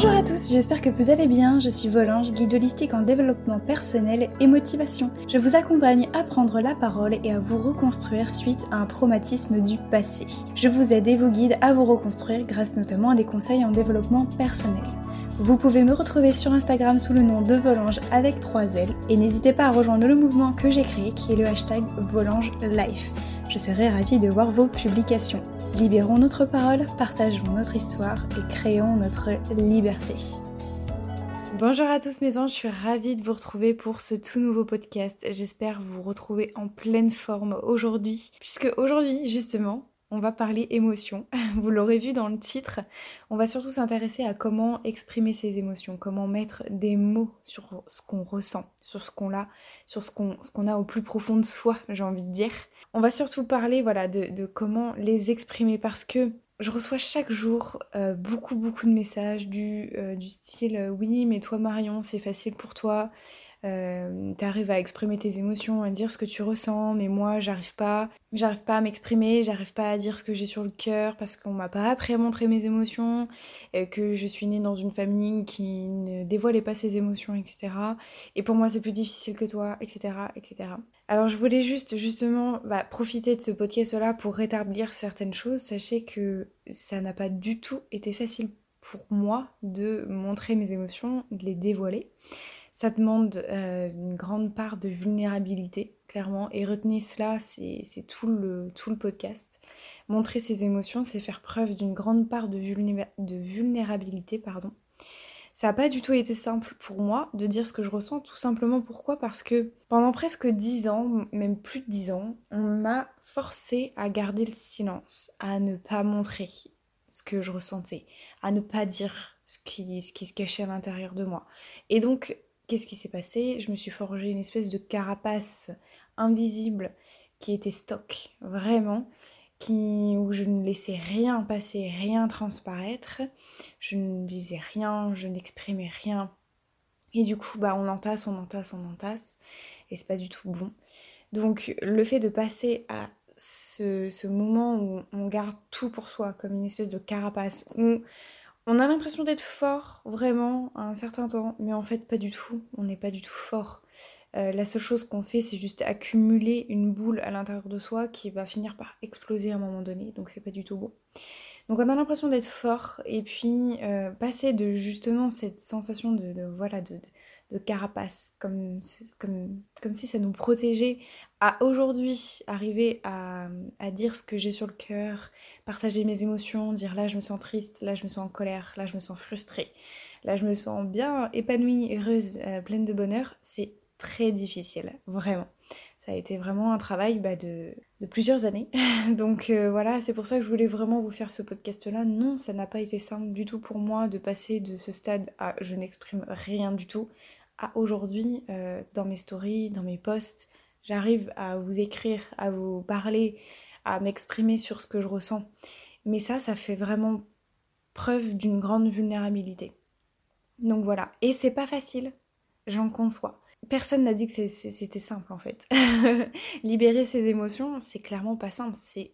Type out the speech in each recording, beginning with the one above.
Bonjour à tous, j'espère que vous allez bien. Je suis Volange, guide holistique en développement personnel et motivation. Je vous accompagne à prendre la parole et à vous reconstruire suite à un traumatisme du passé. Je vous aide et vous guide à vous reconstruire grâce notamment à des conseils en développement personnel. Vous pouvez me retrouver sur Instagram sous le nom de Volange avec 3 L et n'hésitez pas à rejoindre le mouvement que j'ai créé qui est le hashtag VolangeLife. Je serai ravie de voir vos publications. Libérons notre parole, partageons notre histoire et créons notre liberté. Bonjour à tous mes anges, je suis ravie de vous retrouver pour ce tout nouveau podcast. J'espère vous retrouver en pleine forme aujourd'hui, puisque aujourd'hui justement, on va parler émotions. Vous l'aurez vu dans le titre, on va surtout s'intéresser à comment exprimer ses émotions, comment mettre des mots sur ce qu'on ressent, sur ce qu'on a, sur ce qu'on a au plus profond de soi, j'ai envie de dire. On va surtout parler de comment les exprimer parce que je reçois chaque jour beaucoup de messages du style oui mais toi Marion c'est facile pour toi, t'arrives à exprimer tes émotions, à dire ce que tu ressens, mais moi j'arrive pas à m'exprimer, j'arrive pas à dire ce que j'ai sur le cœur parce qu'on m'a pas appris à montrer mes émotions, que je suis née dans une famille qui ne dévoilait pas ses émotions, etc. Et pour moi c'est plus difficile que toi, etc. etc. Alors je voulais justement profiter de ce podcast-là pour rétablir certaines choses. Sachez que ça n'a pas du tout été facile pour moi de montrer mes émotions, de les dévoiler. Ça demande une grande part de vulnérabilité, clairement, et retenez cela, c'est tout le podcast. Montrer ses émotions, c'est faire preuve d'une grande part de vulnérabilité, pardon. Ça n'a pas du tout été simple pour moi de dire ce que je ressens, tout simplement pourquoi ? Parce que pendant presque 10 ans, même plus de 10 ans, on m'a forcé à garder le silence, à ne pas montrer ce que je ressentais, à ne pas dire ce qui se cachait à l'intérieur de moi. Et donc, qu'est-ce qui s'est passé ? Je me suis forgé une espèce de carapace invisible qui était stock, vraiment, où je ne laissais rien passer, rien transparaître, je ne disais rien, je n'exprimais rien. Et du coup, on entasse, et c'est pas du tout bon. Donc, le fait de passer à ce moment où on garde tout pour soi, comme une espèce de carapace, où on a l'impression d'être fort, vraiment, à un certain temps, mais en fait, pas du tout. On n'est pas du tout fort. La seule chose qu'on fait, c'est juste accumuler une boule à l'intérieur de soi qui va finir par exploser à un moment donné, donc c'est pas du tout bon. Donc on a l'impression d'être fort, et puis passer de justement cette sensation de carapace, comme si ça nous protégeait, à aujourd'hui arriver à dire ce que j'ai sur le cœur, partager mes émotions, dire là je me sens triste, là je me sens en colère, là je me sens frustrée, là je me sens bien épanouie, heureuse, pleine de bonheur, c'est très difficile, vraiment. Ça a été vraiment un travail de plusieurs années. Donc voilà, c'est pour ça que je voulais vraiment vous faire ce podcast-là. Non, ça n'a pas été simple du tout pour moi de passer de ce stade à je n'exprime rien du tout à aujourd'hui, dans mes stories, dans mes posts, j'arrive à vous écrire, à vous parler, à m'exprimer sur ce que je ressens. Mais ça fait vraiment preuve d'une grande vulnérabilité. Donc voilà, et c'est pas facile, j'en conçois. Personne n'a dit que c'était simple en fait. Libérer ses émotions, c'est clairement pas simple, c'est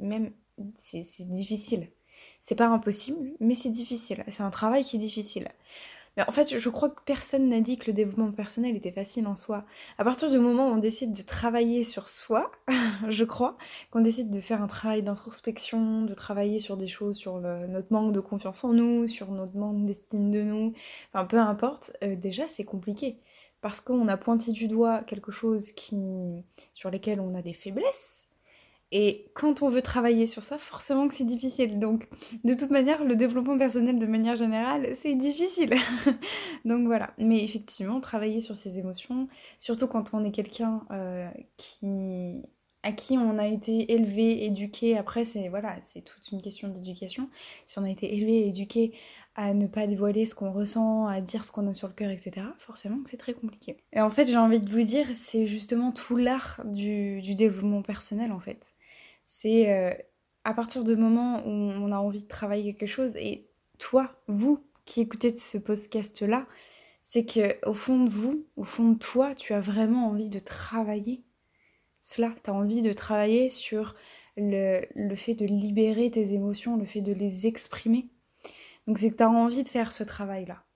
difficile. C'est pas impossible, mais c'est difficile. C'est un travail qui est difficile. Mais en fait, je crois que personne n'a dit que le développement personnel était facile en soi. À partir du moment où on décide de travailler sur soi, je crois, qu'on décide de faire un travail d'introspection, de travailler sur des choses, sur notre manque de confiance en nous, sur notre manque d'estime de nous, enfin peu importe, déjà c'est compliqué. Parce qu'on a pointé du doigt quelque chose sur lesquels on a des faiblesses. Et quand on veut travailler sur ça, forcément que c'est difficile. Donc, de toute manière, le développement personnel, de manière générale, c'est difficile. Donc voilà. Mais effectivement, travailler sur ses émotions, surtout quand on est quelqu'un à qui on a été élevé, éduqué, après c'est toute une question d'éducation. Si on a été élevé, éduqué à ne pas dévoiler ce qu'on ressent, à dire ce qu'on a sur le cœur, etc., forcément que c'est très compliqué. Et en fait, j'ai envie de vous dire, c'est justement tout l'art du développement personnel, en fait. C'est à partir du moment où on a envie de travailler quelque chose, et toi, vous qui écoutez ce podcast-là, c'est que au fond de vous, au fond de toi, tu as vraiment envie de travailler cela. Tu as envie de travailler sur le fait de libérer tes émotions, le fait de les exprimer. Donc c'est que tu as envie de faire ce travail-là.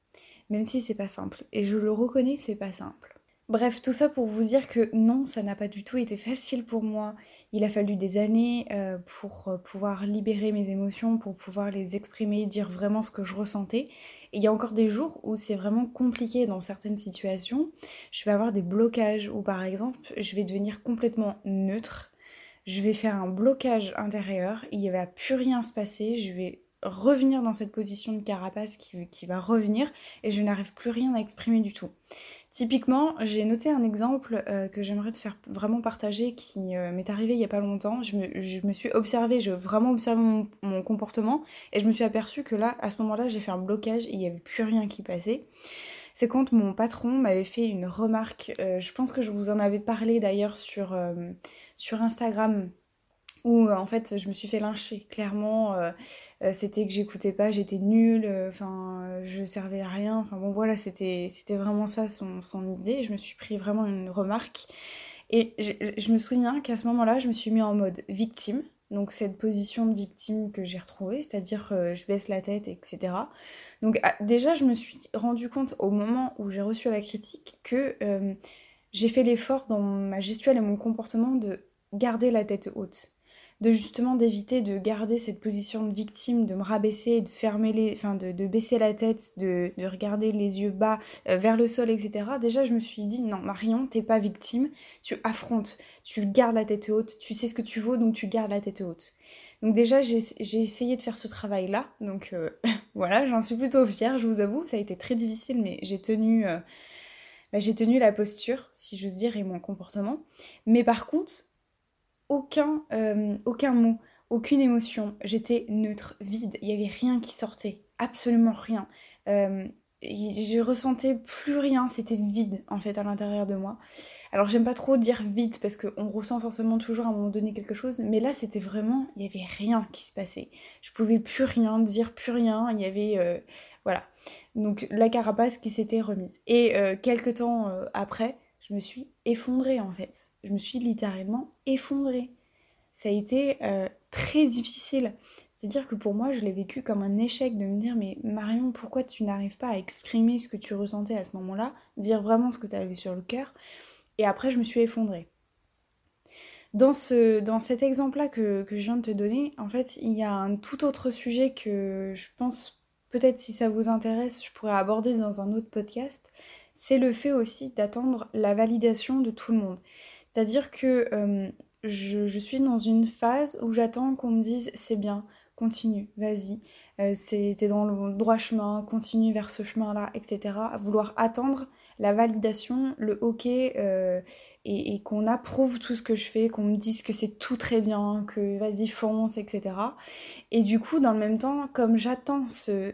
même si c'est pas simple. Et je le reconnais, c'est pas simple. Bref, tout ça pour vous dire que non, ça n'a pas du tout été facile pour moi. Il a fallu des années pour pouvoir libérer mes émotions, pour pouvoir les exprimer, dire vraiment ce que je ressentais. Et il y a encore des jours où c'est vraiment compliqué dans certaines situations. Je vais avoir des blocages où par exemple, je vais devenir complètement neutre. Je vais faire un blocage intérieur, il ne va plus rien se passer, je vais revenir dans cette position de carapace qui va revenir et je n'arrive plus rien à exprimer du tout. Typiquement, j'ai noté un exemple que j'aimerais te faire vraiment partager qui m'est arrivé il n'y a pas longtemps. Je me suis observée, j'ai vraiment observé mon comportement et je me suis aperçue que là, à ce moment-là, j'ai fait un blocage et il n'y avait plus rien qui passait. C'est quand mon patron m'avait fait une remarque, je pense que je vous en avais parlé d'ailleurs sur Instagram, où en fait je me suis fait lyncher. Clairement, c'était que j'écoutais pas, j'étais nulle, je servais à rien. Enfin bon voilà, c'était vraiment ça son idée. Et je me suis pris vraiment une remarque. Et je me souviens qu'à ce moment-là, je me suis mis en mode victime. Donc cette position de victime que j'ai retrouvée, c'est-à-dire je baisse la tête, etc. Donc déjà, je me suis rendu compte au moment où j'ai reçu la critique que j'ai fait l'effort dans ma gestuelle et mon comportement de garder la tête haute, de justement d'éviter de garder cette position de victime, de me rabaisser, de fermer de baisser la tête, de regarder les yeux bas vers le sol, etc. Déjà, je me suis dit, non, Marion, t'es pas victime, tu affrontes, tu gardes la tête haute, tu sais ce que tu vaux, donc tu gardes la tête haute. Donc déjà, j'ai essayé de faire ce travail-là, donc voilà, j'en suis plutôt fière, je vous avoue, ça a été très difficile, mais j'ai tenu la posture, si j'ose dire, et mon comportement. Mais par contre, aucun mot, aucune émotion. J'étais neutre, vide. Il n'y avait rien qui sortait. Absolument rien. Euh, je ressentais plus rien. C'était vide, en fait, à l'intérieur de moi. Alors, j'aime pas trop dire vide parce qu'on ressent forcément toujours à un moment donné quelque chose. Mais là, c'était vraiment... Il n'y avait rien qui se passait. Je pouvais plus rien dire, plus rien. Il y avait... voilà. Donc, la carapace qui s'était remise. Et quelques temps après, je me suis effondrée en fait. Je me suis littéralement effondrée. Ça a été très difficile. C'est-à-dire que pour moi, je l'ai vécu comme un échec de me dire mais Marion, pourquoi tu n'arrives pas à exprimer ce que tu ressentais à ce moment-là, dire vraiment ce que tu avais sur le cœur. Et après, je me suis effondrée. Dans cet exemple-là que je viens de te donner, en fait, il y a un tout autre sujet que je pense, peut-être si ça vous intéresse, je pourrais aborder dans un autre podcast. C'est le fait aussi d'attendre la validation de tout le monde. C'est-à-dire que je suis dans une phase où j'attends qu'on me dise c'est bien, continue, vas-y, t'es dans le droit chemin, continue vers ce chemin-là, etc. À vouloir attendre la validation, le ok, et qu'on approuve tout ce que je fais, qu'on me dise que c'est tout très bien, que vas-y fonce, etc. Et du coup, dans le même temps, comme j'attends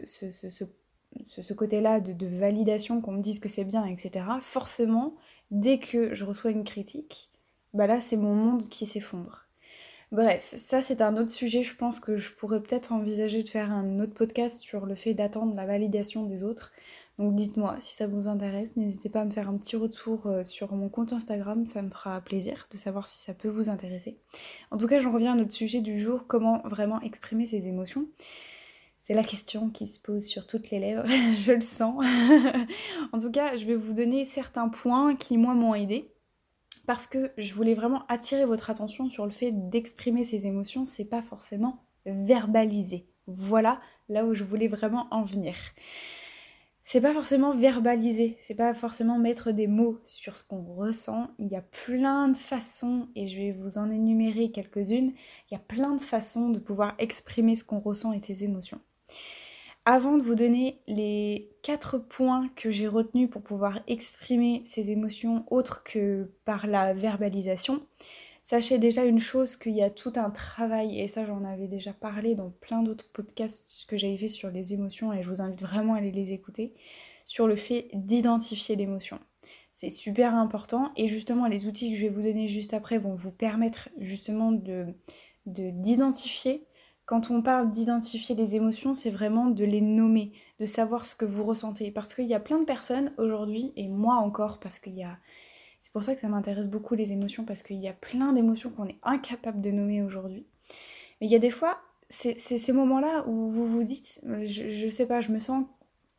ce côté-là de validation, qu'on me dise que c'est bien, etc., forcément, dès que je reçois une critique, bah là, c'est mon monde qui s'effondre. Bref, ça c'est un autre sujet, je pense que je pourrais peut-être envisager de faire un autre podcast sur le fait d'attendre la validation des autres. Donc dites-moi si ça vous intéresse, n'hésitez pas à me faire un petit retour sur mon compte Instagram, ça me fera plaisir de savoir si ça peut vous intéresser. En tout cas, j'en reviens à notre sujet du jour, comment vraiment exprimer ses émotions. C'est la question qui se pose sur toutes les lèvres, je le sens. En tout cas, je vais vous donner certains points qui, moi, m'ont aidé. Parce que je voulais vraiment attirer votre attention sur le fait d'exprimer ses émotions, c'est pas forcément verbaliser. Voilà là où je voulais vraiment en venir. C'est pas forcément verbaliser, c'est pas forcément mettre des mots sur ce qu'on ressent. Il y a plein de façons, et je vais vous en énumérer quelques-unes, il y a plein de façons de pouvoir exprimer ce qu'on ressent et ses émotions. Avant de vous donner les 4 points que j'ai retenus pour pouvoir exprimer ces émotions autres que par la verbalisation, sachez déjà une chose, qu'il y a tout un travail, et ça j'en avais déjà parlé dans plein d'autres podcasts que j'avais fait sur les émotions, et je vous invite vraiment à aller les écouter, sur le fait d'identifier l'émotion. C'est super important, et justement les outils que je vais vous donner juste après vont vous permettre justement d'identifier. Quand on parle d'identifier les émotions, c'est vraiment de les nommer, de savoir ce que vous ressentez. Parce qu'il y a plein de personnes aujourd'hui, et moi encore, parce qu'il y a... C'est pour ça que ça m'intéresse beaucoup les émotions, parce qu'il y a plein d'émotions qu'on est incapable de nommer aujourd'hui. Mais il y a des fois, c'est ces moments-là où vous vous dites, je sais pas, je me sens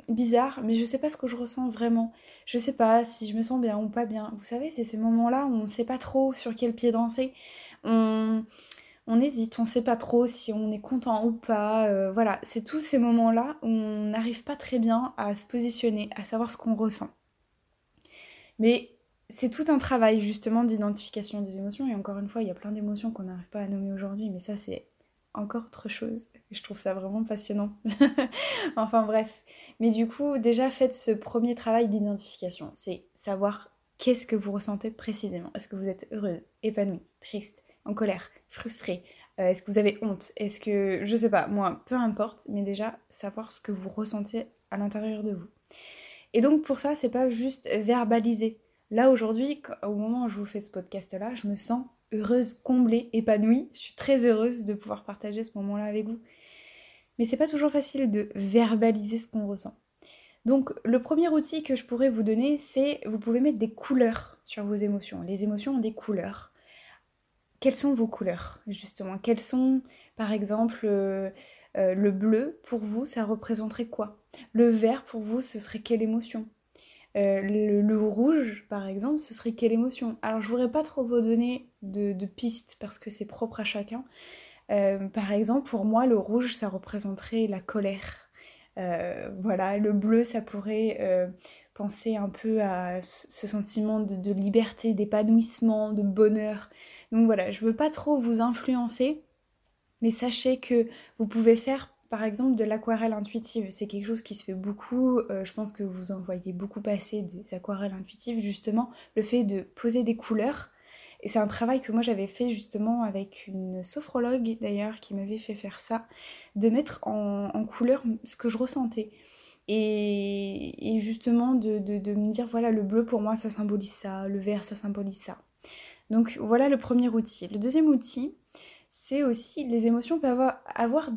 bizarre, mais je sais pas ce que je ressens vraiment. Je sais pas si je me sens bien ou pas bien. Vous savez, c'est ces moments-là où on sait pas trop sur quel pied danser. On, on hésite, on sait pas trop si on est content ou pas. Voilà, c'est tous ces moments-là où on n'arrive pas très bien à se positionner, à savoir ce qu'on ressent. Mais c'est tout un travail justement d'identification des émotions. Et encore une fois, il y a plein d'émotions qu'on n'arrive pas à nommer aujourd'hui, mais ça c'est encore autre chose. Je trouve ça vraiment passionnant. Enfin bref. Mais du coup, déjà faites ce premier travail d'identification. C'est savoir qu'est-ce que vous ressentez précisément. Est-ce que vous êtes heureuse, épanouie, triste, en colère, frustrée? Est-ce que vous avez honte? Est-ce que... Je sais pas, moi, peu importe. Mais déjà, savoir ce que vous ressentez à l'intérieur de vous. Et donc pour ça, c'est pas juste verbaliser. Là aujourd'hui, au moment où je vous fais ce podcast-là, je me sens heureuse, comblée, épanouie. Je suis très heureuse de pouvoir partager ce moment-là avec vous. Mais c'est pas toujours facile de verbaliser ce qu'on ressent. Donc le premier outil que je pourrais vous donner, c'est vous pouvez mettre des couleurs sur vos émotions. Les émotions ont des couleurs. Quelles sont vos couleurs, justement? Quelles sont, par exemple, le bleu, pour vous, ça représenterait quoi? Le vert, pour vous, ce serait quelle émotion? Le rouge, par exemple, ce serait quelle émotion? Alors, je voudrais pas trop vous donner de pistes parce que c'est propre à chacun. Par exemple, pour moi, le rouge, ça représenterait la colère. Voilà, le bleu, ça pourrait penser un peu à ce sentiment de liberté, d'épanouissement, de bonheur. Donc voilà, je veux pas trop vous influencer, mais sachez que vous pouvez faire par exemple de l'aquarelle intuitive. C'est quelque chose qui se fait beaucoup, je pense que vous en voyez beaucoup passer des aquarelles intuitives, justement, le fait de poser des couleurs. Et c'est un travail que moi j'avais fait justement avec une sophrologue d'ailleurs qui m'avait fait faire ça, de mettre en couleur ce que je ressentais. Et justement de me dire voilà le bleu pour moi ça symbolise ça, le vert ça symbolise ça. Donc voilà le premier outil. Le deuxième outil, c'est aussi les émotions peuvent avoir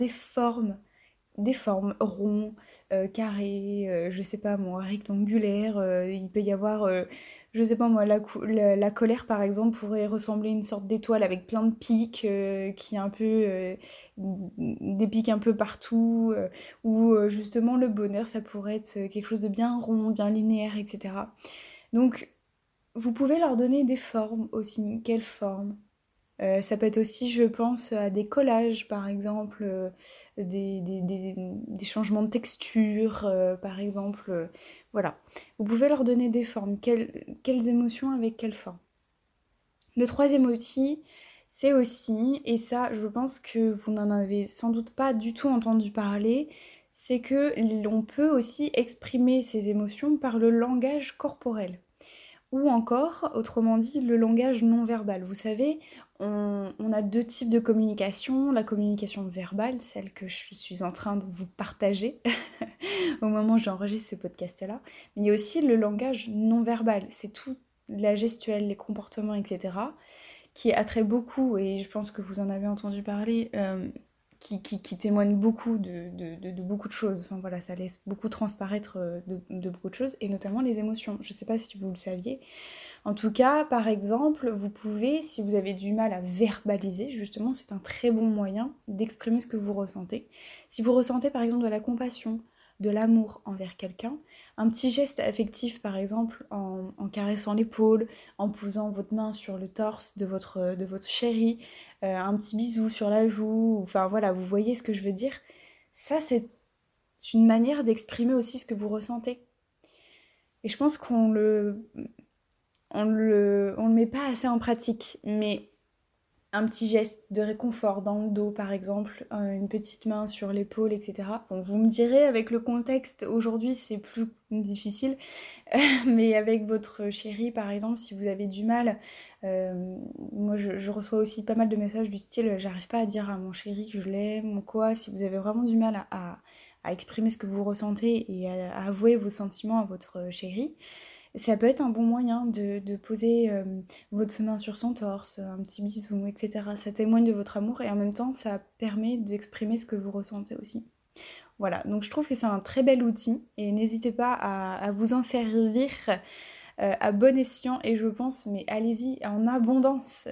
des formes ronds, carrés, je sais pas moi, rectangulaires. Il peut y avoir, je sais pas moi, la colère par exemple pourrait ressembler à une sorte d'étoile avec plein de pics, qui est un peu des pics un peu partout, ou justement le bonheur ça pourrait être quelque chose de bien rond, bien linéaire, etc. Donc vous pouvez leur donner des formes aussi. Quelles formes? Ça peut être aussi, je pense, à des collages, par exemple, des changements de texture, par exemple. Voilà. Vous pouvez leur donner des formes. Quelles émotions avec quelles formes? Le troisième outil, c'est aussi, et ça, je pense que vous n'en avez sans doute pas du tout entendu parler, c'est que l'on peut aussi exprimer ses émotions par le langage corporel. Ou encore, autrement dit, le langage non verbal. Vous savez, on a deux types de communication. La communication verbale, celle que je suis en train de vous partager au moment où j'enregistre ce podcast-là. Mais il y a aussi le langage non verbal. C'est tout la gestuelle, les comportements, etc. qui attrait beaucoup, et je pense que vous en avez entendu parler, qui témoigne beaucoup de beaucoup de choses. Enfin voilà, ça laisse beaucoup transparaître de beaucoup de choses, et notamment les émotions. Je sais pas si vous le saviez. En tout cas, par exemple, vous pouvez, si vous avez du mal à verbaliser, justement, c'est un très bon moyen d'exprimer ce que vous ressentez. Si vous ressentez par exemple de la compassion, de l'amour envers quelqu'un, un petit geste affectif par exemple en caressant l'épaule, en posant votre main sur le torse de votre chéri, un petit bisou sur la joue, enfin voilà, vous voyez ce que je veux dire. Ça c'est une manière d'exprimer aussi ce que vous ressentez. Et je pense on le met pas assez en pratique, mais un petit geste de réconfort dans le dos par exemple, une petite main sur l'épaule, etc. Bon, vous me direz, avec le contexte aujourd'hui c'est plus difficile, mais avec votre chéri par exemple, si vous avez du mal, moi je reçois aussi pas mal de messages du style j'arrive pas à dire à mon chéri que je l'aime ou quoi. Si vous avez vraiment du mal à exprimer ce que vous ressentez et à avouer vos sentiments à votre chéri, ça peut être un bon moyen de poser votre main sur son torse, un petit bisou, etc. Ça témoigne de votre amour et en même temps ça permet d'exprimer ce que vous ressentez aussi. Voilà, donc je trouve que c'est un très bel outil et n'hésitez pas à vous en servir à bon escient, et je pense, mais allez-y en abondance.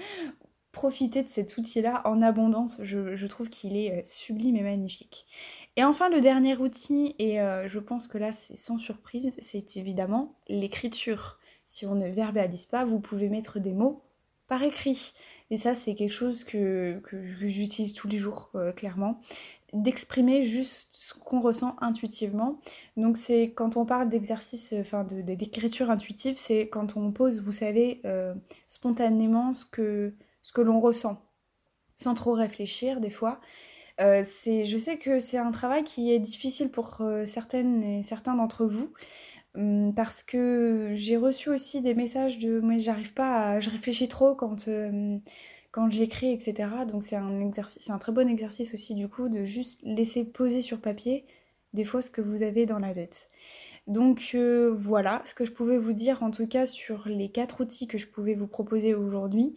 Profitez de cet outil-là en abondance, je trouve qu'il est sublime et magnifique. Et enfin, le dernier outil, et je pense que là c'est sans surprise, c'est évidemment l'écriture. Si on ne verbalise pas, vous pouvez mettre des mots par écrit. Et ça, c'est quelque chose que j'utilise tous les jours, clairement. D'exprimer juste ce qu'on ressent intuitivement. Donc c'est quand on parle d'exercice, d'écriture intuitive, c'est quand on pose, vous savez, spontanément ce que l'on ressent, sans trop réfléchir des fois. Je sais que c'est un travail qui est difficile pour certaines et certains d'entre vous, parce que j'ai reçu aussi des messages de moi j'arrive pas à, je réfléchis trop quand j'écris, etc. Donc c'est un très bon exercice aussi du coup de juste laisser poser sur papier des fois ce que vous avez dans la tête. Donc voilà ce que je pouvais vous dire en tout cas sur les 4 outils que je pouvais vous proposer aujourd'hui.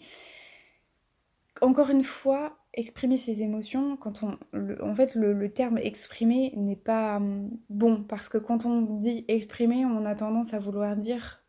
Encore une fois, exprimer ses émotions, en fait, le terme exprimer n'est pas bon, parce que quand on dit exprimer, on a tendance à vouloir dire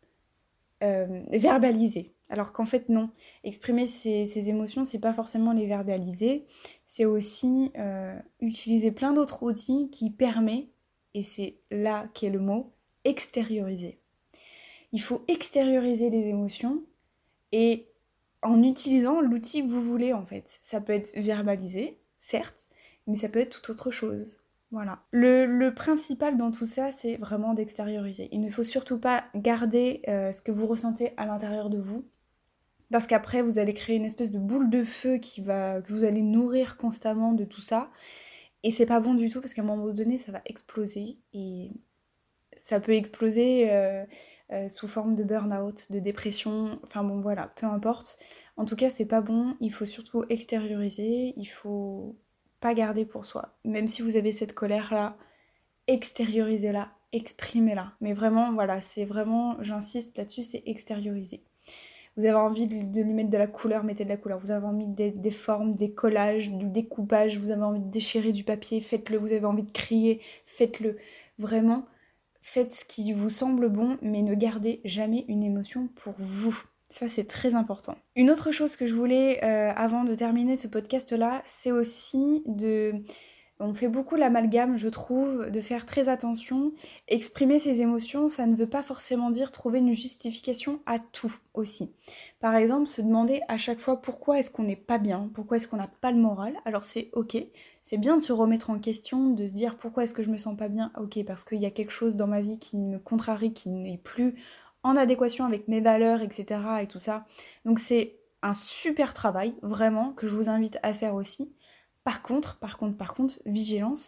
verbaliser. Alors qu'en fait, non. Exprimer ses émotions, c'est pas forcément les verbaliser, c'est aussi utiliser plein d'autres outils qui permettent, et c'est là qu'est le mot, extérioriser. Il faut extérioriser les émotions et en utilisant l'outil que vous voulez en fait. Ça peut être verbalisé, certes, mais ça peut être tout autre chose. Voilà. Le principal dans tout ça, c'est vraiment d'extérioriser. Il ne faut surtout pas garder ce que vous ressentez à l'intérieur de vous, parce qu'après, vous allez créer une espèce de boule de feu que vous allez nourrir constamment de tout ça. Et c'est pas bon du tout, parce qu'à un moment donné, ça va exploser. Et ça peut exploser sous forme de burn-out, de dépression, enfin bon voilà, peu importe. En tout cas, c'est pas bon, il faut surtout extérioriser, il faut pas garder pour soi. Même si vous avez cette colère-là, extériorisez-la, exprimez-la. Mais vraiment, voilà, c'est vraiment, j'insiste là-dessus, c'est extérioriser. Vous avez envie de lui mettre de la couleur, mettez de la couleur. Vous avez envie des formes, des collages, du découpage, vous avez envie de déchirer du papier, faites-le. Vous avez envie de crier, faites-le. Vraiment, faites ce qui vous semble bon, mais ne gardez jamais une émotion pour vous. Ça, c'est très important. Une autre chose que je voulais, avant de terminer ce podcast-là, c'est aussi de... On fait beaucoup l'amalgame, je trouve, de faire très attention. Exprimer ses émotions, ça ne veut pas forcément dire trouver une justification à tout aussi. Par exemple, se demander à chaque fois pourquoi est-ce qu'on n'est pas bien, pourquoi est-ce qu'on n'a pas le moral. Alors c'est ok, c'est bien de se remettre en question, de se dire pourquoi est-ce que je me sens pas bien. Ok, parce qu'il y a quelque chose dans ma vie qui me contrarie, qui n'est plus en adéquation avec mes valeurs, etc. et tout ça. Donc c'est un super travail, vraiment, que je vous invite à faire aussi. Par contre, vigilance,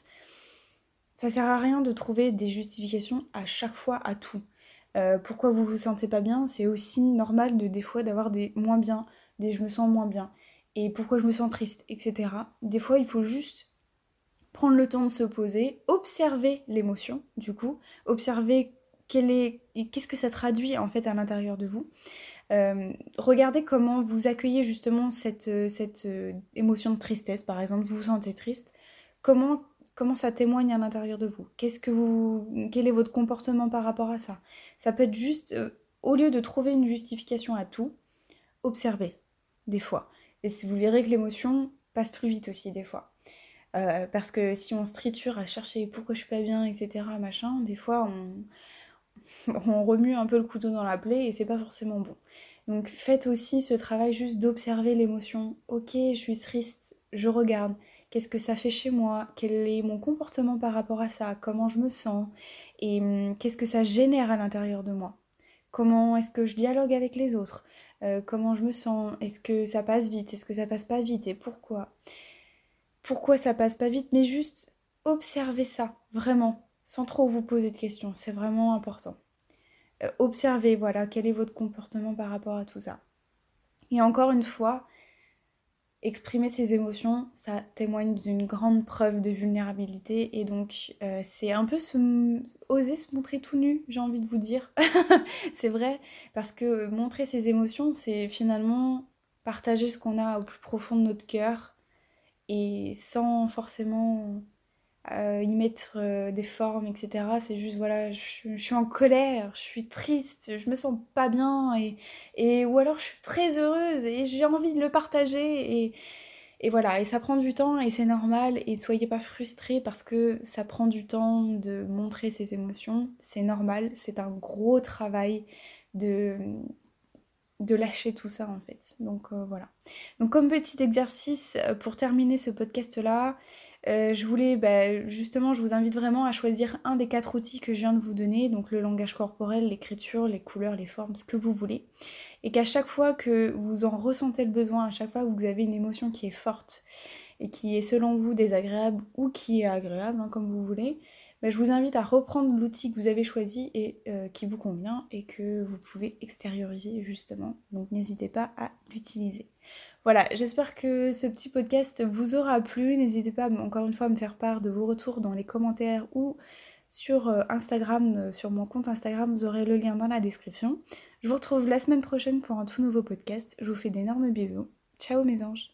ça sert à rien de trouver des justifications à chaque fois à tout. Pourquoi vous vous sentez pas bien, c'est aussi normal des fois d'avoir des moins bien, des je me sens moins bien, et pourquoi je me sens triste, etc. Des fois, il faut juste prendre le temps de se poser, observer l'émotion, du coup, observer qu'est-ce que ça traduit en fait à l'intérieur de vous. Regardez comment vous accueillez justement cette émotion de tristesse, par exemple, vous vous sentez triste, comment ça témoigne à l'intérieur de vous, quel est votre comportement par rapport à ça. Ça peut être juste, au lieu de trouver une justification à tout, observez, des fois. Et vous verrez que l'émotion passe plus vite aussi, des fois. Parce que si on se triture à chercher pourquoi je suis pas bien, etc., machin, des fois on remue un peu le couteau dans la plaie et c'est pas forcément bon. Donc faites aussi ce travail juste d'observer l'émotion. Ok, je suis triste, je regarde. Qu'est-ce que ça fait chez moi? Quel est mon comportement par rapport à ça? Comment je me sens? Et qu'est-ce que ça génère à l'intérieur de moi? Comment est-ce que je dialogue avec les autres? Comment je me sens? Est-ce que ça passe vite? Est-ce que ça passe pas vite? Et pourquoi? Pourquoi ça passe pas vite? Mais juste observez ça, vraiment, sans trop vous poser de questions. C'est vraiment important. Observez, voilà, quel est votre comportement par rapport à tout ça. Et encore une fois, exprimer ses émotions, ça témoigne d'une grande preuve de vulnérabilité et donc c'est un peu oser se montrer tout nu, j'ai envie de vous dire. C'est vrai, parce que montrer ses émotions, c'est finalement partager ce qu'on a au plus profond de notre cœur et sans forcément y mettre des formes, etc. C'est juste, voilà, je suis en colère, je suis triste, je me sens pas bien, ou alors je suis très heureuse et j'ai envie de le partager. Et voilà, et ça prend du temps et c'est normal, et ne soyez pas frustrés parce que ça prend du temps de montrer ses émotions, c'est normal, c'est un gros travail de, de lâcher tout ça en fait. Donc voilà. Donc comme petit exercice pour terminer ce podcast là, je voulais justement, je vous invite vraiment à choisir un des 4 outils que je viens de vous donner, donc le langage corporel, l'écriture, les couleurs, les formes, ce que vous voulez. Et qu'à chaque fois que vous en ressentez le besoin, à chaque fois que vous avez une émotion qui est forte et qui est selon vous désagréable ou qui est agréable, hein, comme vous voulez, je vous invite à reprendre l'outil que vous avez choisi et qui vous convient et que vous pouvez extérioriser justement. Donc n'hésitez pas à l'utiliser. Voilà, j'espère que ce petit podcast vous aura plu. N'hésitez pas encore une fois à me faire part de vos retours dans les commentaires ou sur Instagram, sur mon compte Instagram, vous aurez le lien dans la description. Je vous retrouve la semaine prochaine pour un tout nouveau podcast. Je vous fais d'énormes bisous. Ciao mes anges.